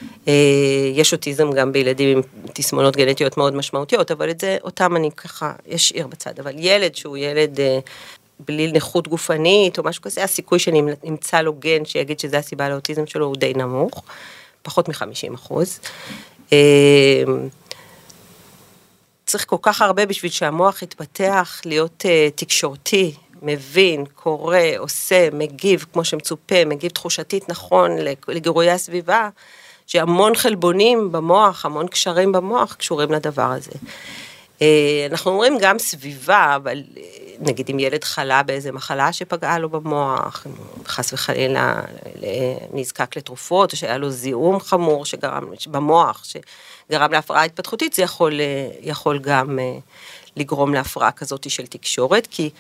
יש אוטיזם גם בילדים עם תסמונות גנטיות מאוד משמעותיות, אבל את זה, אותם אני ככה אשאיר בצד, אבל ילד שהוא ילד בלי נכות גופנית או משהו כזה, הסיכוי שנמצא לו גן שיגיד שזה הסיבה לאוטיזם שלו הוא די נמוך, פחות מ-חמישים אחוז. צריך כל כך הרבה בשביל שהמוח יתפתח להיות תקשורתי, מבין, קורא, עושה, מגיב כמו שמצופה, מגיב תחושתית נכון לגירויי הסביבה, שהמון חלבונים במוח, המון קשרים במוח קשורים לדבר הזה. אנחנו אומרים גם סביבה, אבל נגיד אם ילד חלה באיזה מחלה שפגעה לו במוח, חס וחלילה נזקק לתרופות, או שהיה לו זיהום חמור שגרם במוח, שגרם להפרעה התפתחותית, זה יכול, יכול גם לגרום להפרעה כזאת של תקשורת, כי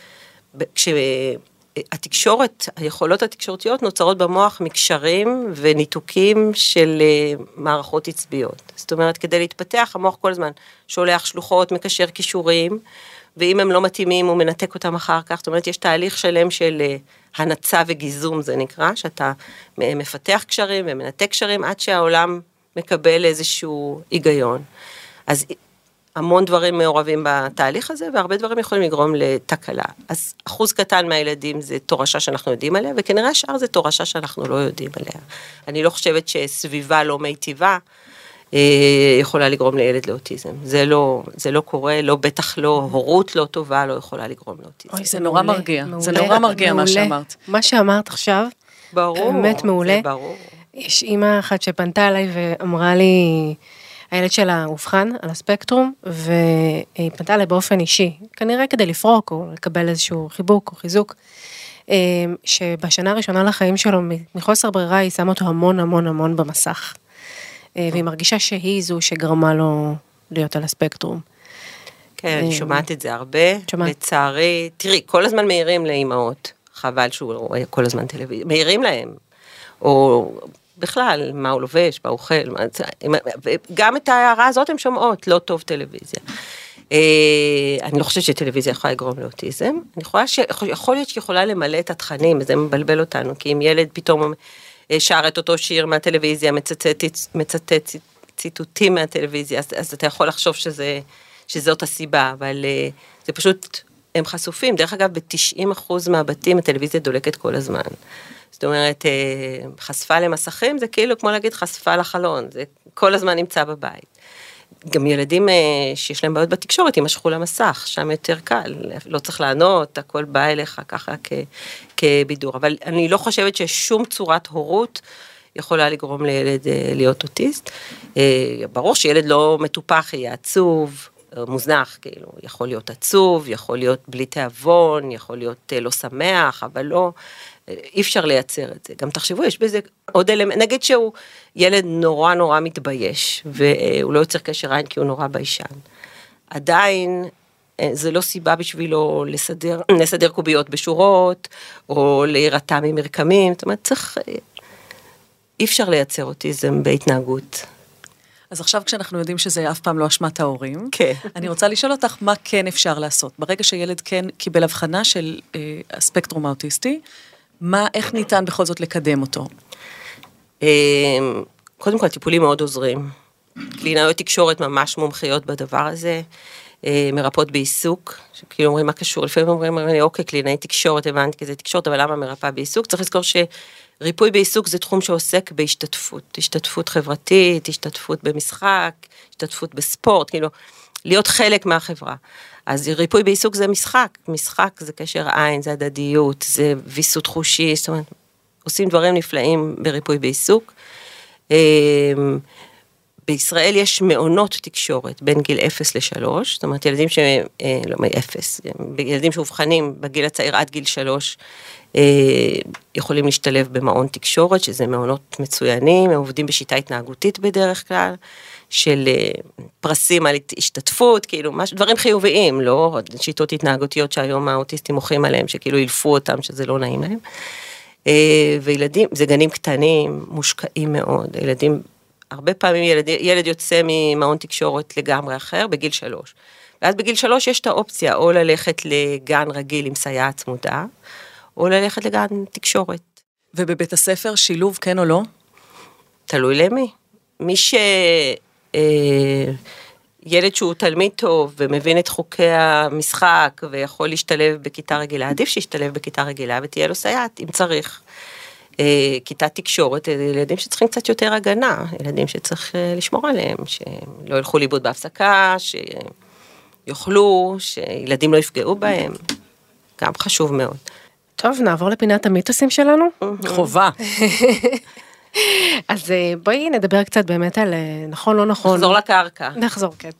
כשהתקשורת, היכולות התקשורתיות נוצרות במוח מקשרים וניתוקים של מערכות עצביות. זאת אומרת, כדי להתפתח, המוח כל הזמן שולח שלוחות, מקשר קישורים, ואם הם לא מתאימים, הוא מנתק אותם אחר כך. זאת אומרת, יש תהליך שלם של הנצה וגיזום זה נקרא, שאתה מפתח קשרים ומנתק קשרים, עד שהעולם מקבל איזשהו היגיון. אז המון דברים מעורבים בתהליך הזה, והרבה דברים יכולים לגרום לתקלה. אז אחוז קטן מהילדים זה תורשה שאנחנו יודעים עליה, וכנראה השאר זה תורשה שאנחנו לא יודעים עליה. אני לא חושבת שסביבה לא מיטיבה, יכולה לגרום לילד לאוטיזם. זה לא, זה לא קורה, לא, בטח לא, הורות לא טובה, לא יכולה לגרום לאוטיזם. אוי, זה נורא מרגיע. זה נורא מרגיע מה שאמרת. מה שאמרת עכשיו, באמת מעולה. זה ברור. יש אימא אחת שפנתה אליי ואמרה לי, הילד שלה הובחן על הספקטרום, והיא פנתה אליי באופן אישי, כנראה כדי לפרוק או לקבל איזשהו חיבוק או חיזוק, שבשנה הראשונה לחיים שלו, מחוסר ברירה, היא שמה אותו המון המון המון במסך. והיא מרגישה שהיא זו שגרמה לו להיות על הספקטרום. כן, אני שומעת את זה הרבה, לצערי, תראי, כל הזמן מהירים לאימהות, חבל שהוא רואה כל הזמן טלוויזיה, מהירים להם, או בכלל, מה הוא לובש, מה הוא אוכל, גם את ההערה הזאת הן שומעות, לא טוב טלוויזיה. אני לא חושבת שטלוויזיה יכולה לגרום לאוטיזם, אני יכולה שיכול להיות שיכולה למלא את התכנים, וזה מבלבל אותנו, כי אם ילד פתאום שר את אותו שיר מהטלוויזיה, מצטט, מצטט ציטוטים מהטלוויזיה, אז, אז אתה יכול לחשוב שזה, שזאת הסיבה, אבל זה פשוט, הם חשופים. דרך אגב, ב-תשעים אחוז מהבתים הטלוויזיה דולקת כל הזמן. זאת אומרת, חשפה למסכים, זה כאילו כמו להגיד חשפה לחלון, זה כל הזמן נמצא בבית. גם ילדים שיש להם בעיות בתקשורת, יימשכו למסך, שם יותר קל, לא צריך לענות, הכל בא אליך ככה כ, כבידור, אבל אני לא חושבת ששום צורת הורות יכולה לגרום לילד להיות אוטיסט. ברור שילד לא מטופח, יהיה עצוב, מוזנח, כאילו, יכול להיות עצוב, יכול להיות בלי תיאבון, יכול להיות לא שמח, אבל לא, אי אפשר לייצר את זה. גם תחשבו, יש בזה עוד אלמנט, נגיד שהוא ילד נורא נורא מתבייש, והוא לא יוצר קשר עין כי הוא נורא ביישן. עדיין, זה לא סיבה בשבילו לסדר, לסדר קוביות בשורות, או להירתע ממרקמים, זאת אומרת, צריך, אי אפשר לייצר אוטיזם בהתנהגות. אז עכשיו כשאנחנו יודעים שזה אף פעם לא אשמת ההורים, כן. אני רוצה לשאול אותך מה כן אפשר לעשות. ברגע שילד כן קיבל הבחנה של אה, הספקטרום האוטיסטי, מה, איך ניתן בכל זאת לקדם אותו? קודם כל, טיפולים מאוד עוזרים. קלינאיות תקשורת ממש מומחיות בדבר הזה, מרפאות בעיסוק, שכאילו אומרים מה קשור, לפעמים אומרים, אוקיי, קלינאי תקשורת, הבנתי כי זה תקשורת, אבל למה מרפאה בעיסוק? צריך לזכור שריפוי בעיסוק זה תחום שעוסק בהשתתפות, השתתפות חברתית, השתתפות במשחק, השתתפות בספורט, כאילו, להיות חלק מהחברה. אז ריפוי בעיסוק זה משחק, משחק זה קשר עין, זה הדדיות, זה ויסות חושי, זאת אומרת, עושים דברים נפלאים בריפוי בעיסוק. בישראל יש מעונות תקשורת בין גיל אפס לשלוש, זאת אומרת, ילדים ש... לא, מאפס, ילדים שהובחנים בגיל הצעיר עד גיל שלוש, יכולים להשתלב במעון תקשורת, שזה מעונות מצוינים, הם עובדים בשיטה התנהגותית בדרך כלל, של פרסים על השתתפות, כאילו, מש... דברים חיוביים, לא שיטות התנהגותיות שהיום האוטיסטים מוכרים עליהם, שכאילו ילפו אותם, שזה לא נעים להם. וילדים, זה גנים קטנים, מושקעים מאוד, ילדים, הרבה פעמים ילד, ילד יוצא ממעון תקשורת לגמרי אחר, בגיל שלוש. ואז בגיל שלוש יש את האופציה, או ללכת לגן רגיל עם סייעת צמודה, או ללכת לגן תקשורת. ובבית הספר שילוב כן או לא? תלוי למי. מי ש... ילד שהוא תלמיד טוב ומבין את חוקי המשחק ויכול להשתלב בכיתה רגילה, עדיף שישתלב בכיתה רגילה ותהיה לו סייעת אם צריך. כיתה תקשורת, ילדים שצריכים קצת יותר הגנה, ילדים שצריך לשמור עליהם, שלא ילכו לאיבוד בהפסקה, שיוכלו, שילדים לא יפגעו בהם, גם חשוב מאוד. טוב, נעבור לפינת המיתוסים שלנו. חובה. אז בואי נדבר קצת באמת על נכון, לא נכון. נחזור לקרקע. נחזור, כן.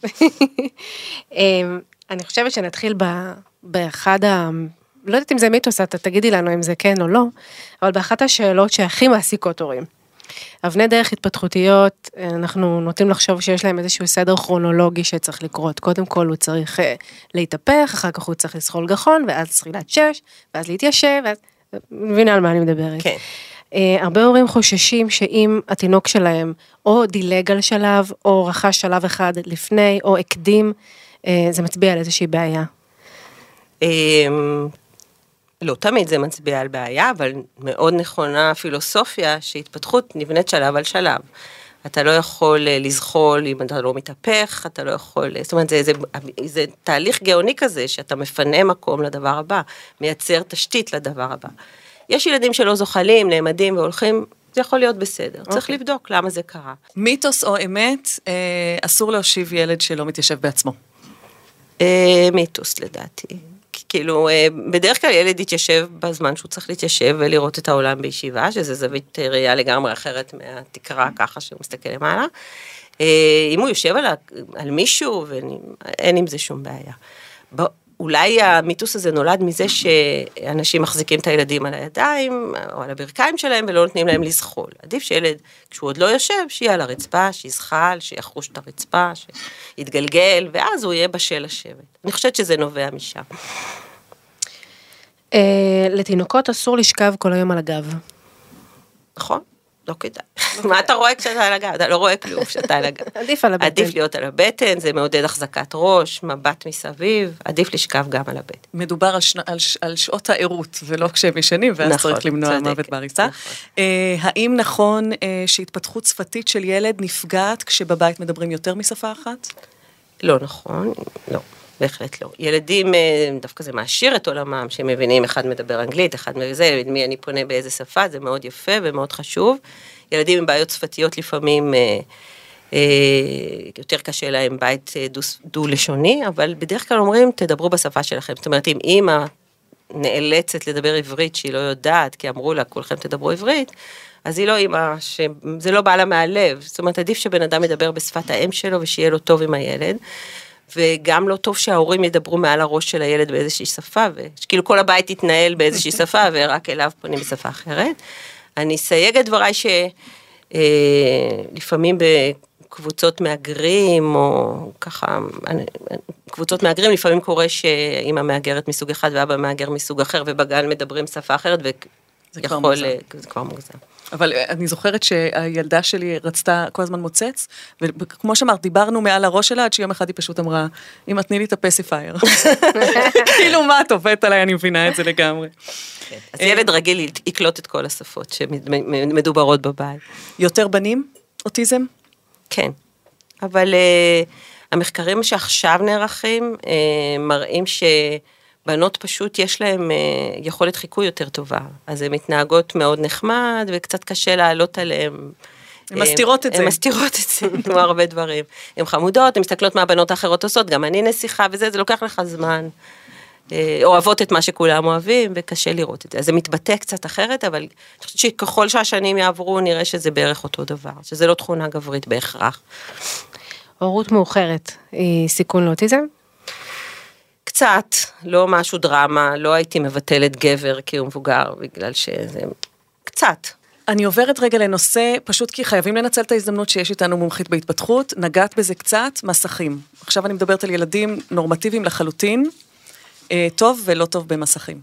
אני חושבת שנתחיל באחד ה... לא יודעת אם זה מיתוס, אתה תגידי לנו אם זה כן או לא, אבל באחת השאלות שהכי מעסיקות הורים. אבני דרך התפתחותיות, אנחנו נוטים לחשוב שיש להם איזשהו סדר כרונולוגי שצריך לקרות. קודם כל הוא צריך להתהפך, אחר כך הוא צריך לסחול גחון, ואז תחילת שש, ואז להתיישב, ואז... מבינה על מה אני מדברת. כן. הרבה הורים חוששים שאם התינוק שלהם או דילג על שלב, או רכש שלב אחד לפני, או הקדים, זה מצביע על איזושהי בעיה. לא תמיד זה מצביע על בעיה, אבל מאוד נכונה פילוסופיה שהתפתחות נבנית שלב על שלב. אתה לא יכול לזחול אם אתה לא מתהפך, אתה לא יכול, זאת אומרת, זה, זה, זה תהליך גאוני כזה, שאתה מפנה מקום לדבר הבא, מייצר תשתית לדבר הבא. יש ילדים שלא זוחלים, נעמדים והולכים, זה יכול להיות בסדר. Okay. צריך לבדוק למה זה קרה. מיתוס או אמת, אה, אסור להושיב ילד שלא מתיישב בעצמו. אה, מיתוס לדעתי. כאילו, בדרך כלל ילד יתיישב בזמן שהוא צריך להתיישב ולראות את העולם בישיבה, שזה זווית ראייה לגמרי אחרת מהתקרה ככה שהוא מסתכל למעלה. אם הוא יושב על, על מישהו, ואין עם זה שום בעיה. אולי המיתוס הזה נולד מזה שאנשים מחזיקים את הילדים על הידיים, או על הברכיים שלהם, ולא נותנים להם לזחול. עדיף שילד, כשהוא עוד לא יושב, שיהיה על הרצפה, שיזחל, שיחרוש את הרצפה, שיתגלגל, ואז הוא יהיה בשל לשבת. אני חושבת שזה נובע משם. לתינוקות אסור לשכב כל היום על הגב. נכון? לא כדאי. מה אתה רואה כשאתה על הגב? אתה לא רואה כלום כשאתה על הגב. עדיף על הבטן. עדיף להיות על הבטן, זה מעודד החזקת ראש, מבט מסביב, עדיף לשכב גם על הבטן. מדובר על, שני, על, על שעות העירות, ולא כשהם ישנים, ואז נכון, צריך למנוע צודק, מוות בעריסה. נכון. אה, האם נכון אה, שהתפתחות שפתית של ילד נפגעת כשבבית מדברים יותר משפה אחת? לא נכון, לא. בהחלט לא. ילדים, דווקא זה מעשיר את עולמם, שהם מבינים, אחד מדבר אנגלית, אחד מזה, מי אני פונה באיזה שפה, זה מאוד יפה ומאוד חשוב. ילדים עם בעיות שפתיות לפעמים, אה, אה, יותר קשה להם בית דו, דו-לשוני, אבל בדרך כלל אומרים, תדברו בשפה שלכם. זאת אומרת, אם אמא נאלצת לדבר עברית שהיא לא יודעת, כי אמרו לה, כולכם תדברו עברית, אז היא לא אמא, זה לא בא לה מהלב. זאת אומרת, עדיף שבן אדם ידבר בשפת האם שלו, ושיהיה לו טוב עם הילד. וגם לא טוב שההורים ידברו מעל הראש של הילד באיזושהי שפה, וכאילו כל הבית יתנהל באיזושהי שפה, ורק אליו פונים בשפה אחרת. אני אסייג את דבריי שלפעמים בקבוצות מאגרים, או ככה, קבוצות מאגרים, לפעמים קורה שאמא מאגרת מסוג אחד, ואבא מאגר מסוג אחר, ובגן מדברים שפה אחרת, ויכול, זה כבר מוגזם. אבל אני זוכרת שהילדה שלי רצתה כל הזמן מוצץ, וכמו שאמרת, דיברנו מעל הראש שלה, עד שיום אחד היא פשוט אמרה, אמא, תני לי את הפסיפייר. כאילו מה, את עובדת עליי, אני מבינה את זה לגמרי. אז ילד רגיל יקלוט את כל השפות שמדוברות בבית. יותר בנים? אוטיזם? כן. אבל המחקרים שעכשיו נערכים, מראים ש... בנות פשוט יש להן יכולת חיקוי יותר טובה, אז הן מתנהגות מאוד נחמד, וקצת קשה לעלות עליהן. הן מסתירות את זה. הן מסתירות את זה, כמו הרבה דברים. הן חמודות, הן מסתכלות מה הבנות האחרות עושות, גם אני נסיכה וזה, זה לוקח לך זמן. אוהבות את מה שכולם אוהבים, וקשה לראות את זה. אז זה מתבטא קצת אחרת, אבל אני חושבת שככל שהשנים יעברו, נראה שזה בערך אותו דבר, שזה לא תכונה גברית בהכרח. הורות מאוחרת היא סיכון לאוטיזם? קצת, לא משהו דרמה, לא הייתי מבטלת גבר כי הוא מבוגר, בגלל שזה קצת. אני עוברת רגע לנושא, פשוט כי חייבים לנצל את ההזדמנות שיש איתנו מומחית בהתפתחות, נגעת בזה קצת, מסכים. עכשיו אני מדברת על ילדים נורמטיביים לחלוטין, טוב ולא טוב במסכים.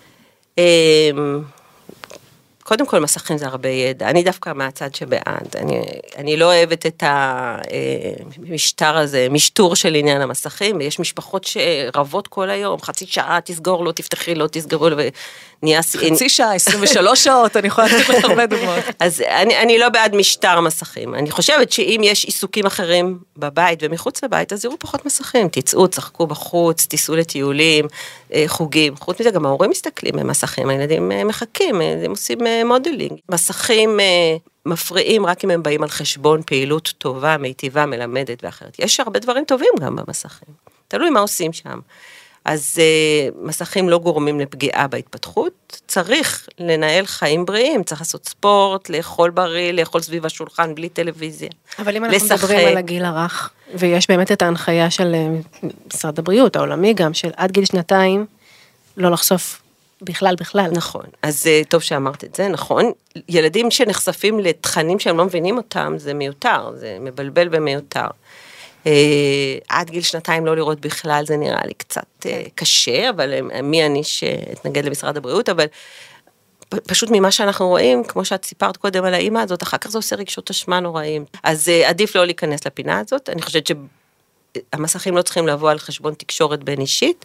קודם כל מסכים זה הרבה ידע, אני דווקא מהצד שבעד, אני, אני לא אוהבת את המשטר הזה, משטור של עניין המסכים, ויש משפחות שרבות כל היום, חצי שעה תסגור, לא תפתחי, לא תסגרו, ונהיה... חצי שעה, עשרים ושלוש שעות, אני יכולה לתת לך הרבה דוגמאות. אז אני, אני לא בעד משטר מסכים, אני חושבת שאם יש עיסוקים אחרים בבית ומחוץ לבית, אז יראו פחות מסכים, תצאו, צחקו בחוץ, תיסעו לטיולים, חוגים, חוץ מזה גם ההורים מסתכלים במסכים, הילדים מחכים, הם עושים מודלינג. מסכים מפריעים רק אם הם באים על חשבון פעילות טובה, מיטיבה, מלמדת ואחרת. יש הרבה דברים טובים גם במסכים. תלוי מה עושים שם. אז מסכים לא גורמים לפגיעה בהתפתחות, צריך לנהל חיים בריאים, צריך לעשות ספורט, לאכול בריא, לאכול סביב השולחן בלי טלוויזיה. אבל אם אנחנו מדברים על הגיל הרך, ויש באמת את ההנחיה של משרד הבריאות, העולמי גם, של עד גיל שנתיים, לא לחשוף בכלל, בכלל. נכון, אז טוב שאמרת את זה, נכון. ילדים שנחשפים לתכנים שהם לא מבינים אותם, זה מיותר, זה מבלבל ומיותר. עד גיל שנתיים לא לראות בכלל, זה נראה לי קצת קשה, אבל מי אני שאתנגד למשרד הבריאות, אבל פשוט ממה שאנחנו רואים, כמו שאת סיפרת קודם על האמא הזאת, אחר כך זה עושה רגשות אשמה נוראים. אז עדיף לא להיכנס לפינה הזאת, אני חושבת שהמסכים לא צריכים לבוא על חשבון תקשורת בין אישית,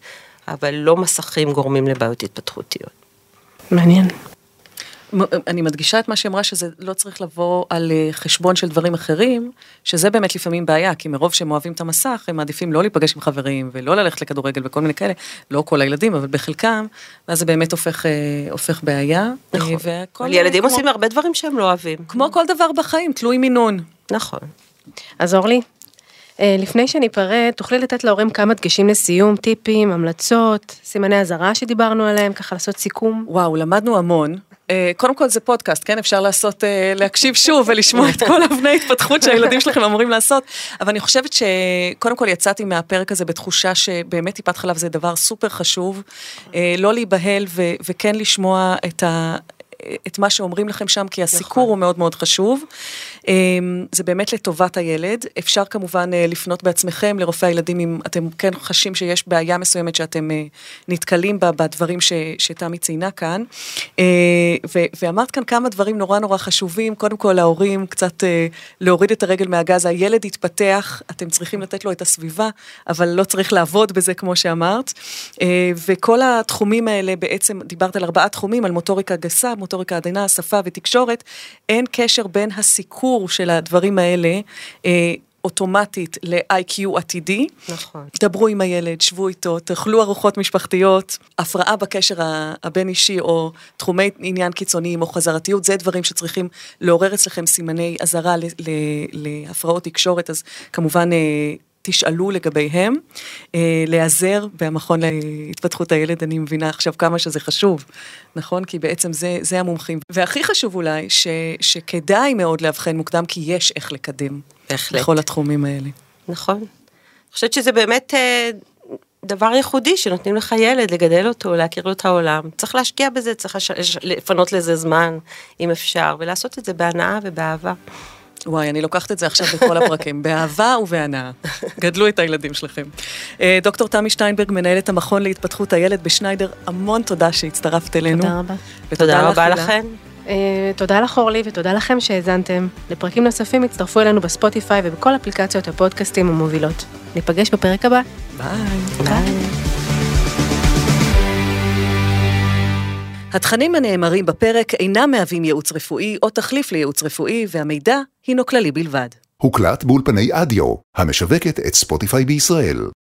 אבל לא מסכים גורמים לבעיות התפתחותיות. מעניין. אני מדגישה את מה שאמרה, שזה לא צריך לבוא על חשבון של דברים אחרים, שזה באמת לפעמים בעיה, כי מרוב שהם אוהבים את המסך, הם מעדיפים לא להיפגש עם חברים, ולא ללכת לכדורגל וכל מיני כאלה, לא כל הילדים, אבל בחלקם, ואז זה באמת הופך, הופך בעיה. נכון. ילדים כמו, עושים הרבה דברים שהם לא אוהבים. כמו כל דבר בחיים, תלוי מינון. נכון. אז אורלי, לפני שאני פרד, תוכלי לתת להורים כמה דגשים לסיום, טיפים, המלצות, סימני הזרה שדיברנו עליהם, ככה לעשות סיכום. וואו, למדנו המון. קודם כל זה פודקאסט, כן? אפשר לעשות, להקשיב שוב ולשמוע את כל אבני התפתחות שהילדים שלכם אמורים לעשות, אבל אני חושבת שקודם כל יצאתי מהפרק הזה בתחושה שבאמת טיפת חלב זה דבר סופר חשוב, לא להיבהל וכן לשמוע את ה... את מה שאומרים לכם שם, כי הסיקור הוא מאוד מאוד חשוב. זה באמת לטובת הילד. אפשר כמובן לפנות בעצמכם לרופא הילדים, אם אתם כן חשים שיש בעיה מסוימת שאתם נתקלים בה בדברים שתמי ציינה כאן. ואמרת כאן כמה דברים נורא נורא חשובים. קודם כל, ההורים קצת להוריד את הרגל מהגז. הילד יתפתח, אתם צריכים לתת לו את הסביבה, אבל לא צריך לעבוד בזה כמו שאמרת. וכל התחומים האלה, בעצם דיברת על ארבעה תחומים, על מוטוריקה גסה, מוטוריקה עדינה, שפה ותקשורת, אין קשר בין הסיקור של הדברים האלה, אה, אוטומטית ל-איי קיו עתידי. נכון. דברו עם הילד, שבו איתו, תאכלו ארוחות משפחתיות, הפרעה בקשר הבין אישי, או תחומי עניין קיצוניים, או חזרתיות, זה דברים שצריכים לעורר אצלכם סימני עזרה להפרעות תקשורת, אז כמובן תשאלו לגביהם, להיעזר במכון להתפתחות הילד, אני מבינה עכשיו כמה שזה חשוב, נכון? כי בעצם זה, זה המומחים. והכי חשוב אולי, ש, שכדאי מאוד להבחן מוקדם, כי יש איך לקדם. בהחלט. בכל התחומים האלה. נכון. אני חושבת שזה באמת דבר ייחודי, שנותנים לך ילד, לגדל אותו, להכיר לו את העולם. צריך להשקיע בזה, צריך לפנות לזה זמן, אם אפשר, ולעשות את זה בהנאה ובאהבה. וואי, אני לוקחת את זה עכשיו בכל הפרקים, באהבה ובהנאה. גדלו את הילדים שלכם. דוקטור תמי שטיינברג, מנהלת המכון להתפתחות הילד בשניידר, המון תודה שהצטרפת אלינו. תודה רבה. תודה רבה לכם. תודה לך אורלי ותודה לכם שהאזנתם. לפרקים נוספים הצטרפו אלינו בספוטיפיי ובכל אפליקציות הפודקאסטים המובילות. ניפגש בפרק הבא. ביי. ביי. התכנים הנאמרים בפרק אינם מהווים ייעוץ רפואי או תחליף לייעוץ רפואי, והמידע הינו כללי בלבד. הוקלט באולפני אדיו, המשווקת את ספוטיפיי בישראל.